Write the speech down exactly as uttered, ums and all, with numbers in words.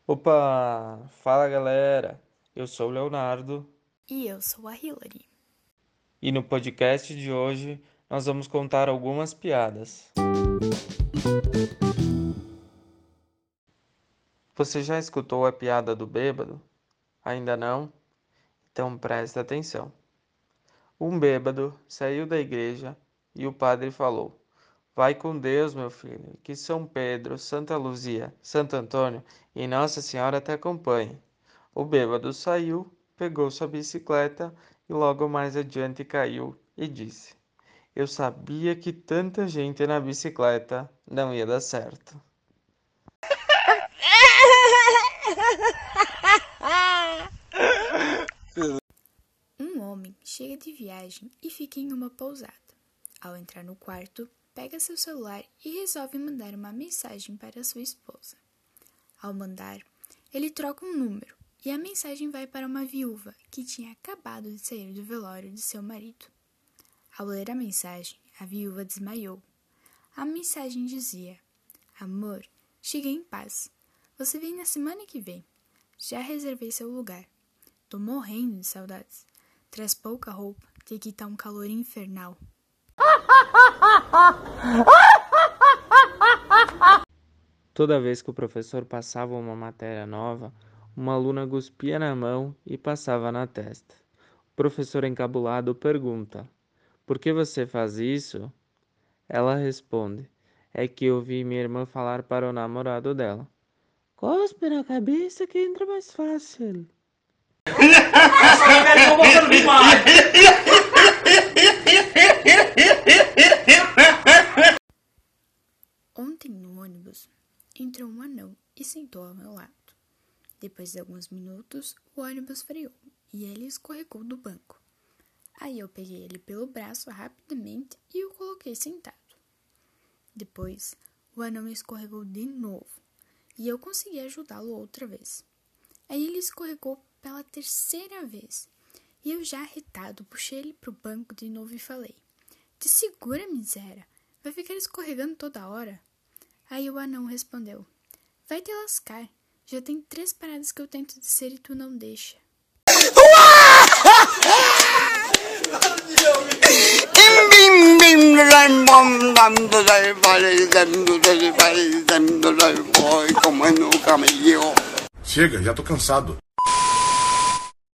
Opa! Fala galera! Eu sou o Leonardo E eu sou a Hilary. e no podcast de hoje nós vamos contar algumas piadas. Você já escutou a piada do bêbado? Ainda não? Então presta atenção. Um bêbado saiu da igreja e o padre falou: Vai com Deus, meu filho, que São Pedro, Santa Luzia, Santo Antônio e Nossa Senhora te acompanhem. O bêbado saiu, pegou sua bicicleta e logo mais adiante caiu e disse: Eu sabia que tanta gente na bicicleta não ia dar certo. Um homem chega de viagem e fica em uma pousada. Ao entrar no quarto, pega seu celular e resolve mandar uma mensagem para sua esposa. Ao mandar, ele troca um número e a mensagem vai para uma viúva que tinha acabado de sair do velório de seu marido. Ao ler a mensagem, a viúva desmaiou. A mensagem dizia: Amor, cheguei em paz. Você vem na semana que vem. Já reservei seu lugar. Tô morrendo de saudades. Traz pouca roupa, que aqui tá um calor infernal. Toda vez que o professor passava uma matéria nova, uma aluna cuspia na mão e passava na testa. O professor encabulado pergunta: Por que você faz isso? Ela responde: É que eu vi minha irmã falar para o namorado dela. Cospe na cabeça que entra mais fácil. Ontem no ônibus, entrou um anão e sentou ao meu lado. Depois de alguns minutos, o ônibus freou e ele escorregou do banco. Aí eu peguei ele pelo braço rapidamente e o coloquei sentado. Depois, o anão escorregou de novo e eu consegui ajudá-lo outra vez. Aí ele escorregou pela terceira vez e eu, já irritado, puxei ele pro banco de novo e falei: Te segura, miséria, vai ficar escorregando toda hora? Aí o anão respondeu: Vai te lascar, já tem três paradas que eu tento descer e tu não deixa. Chega, já tô cansado.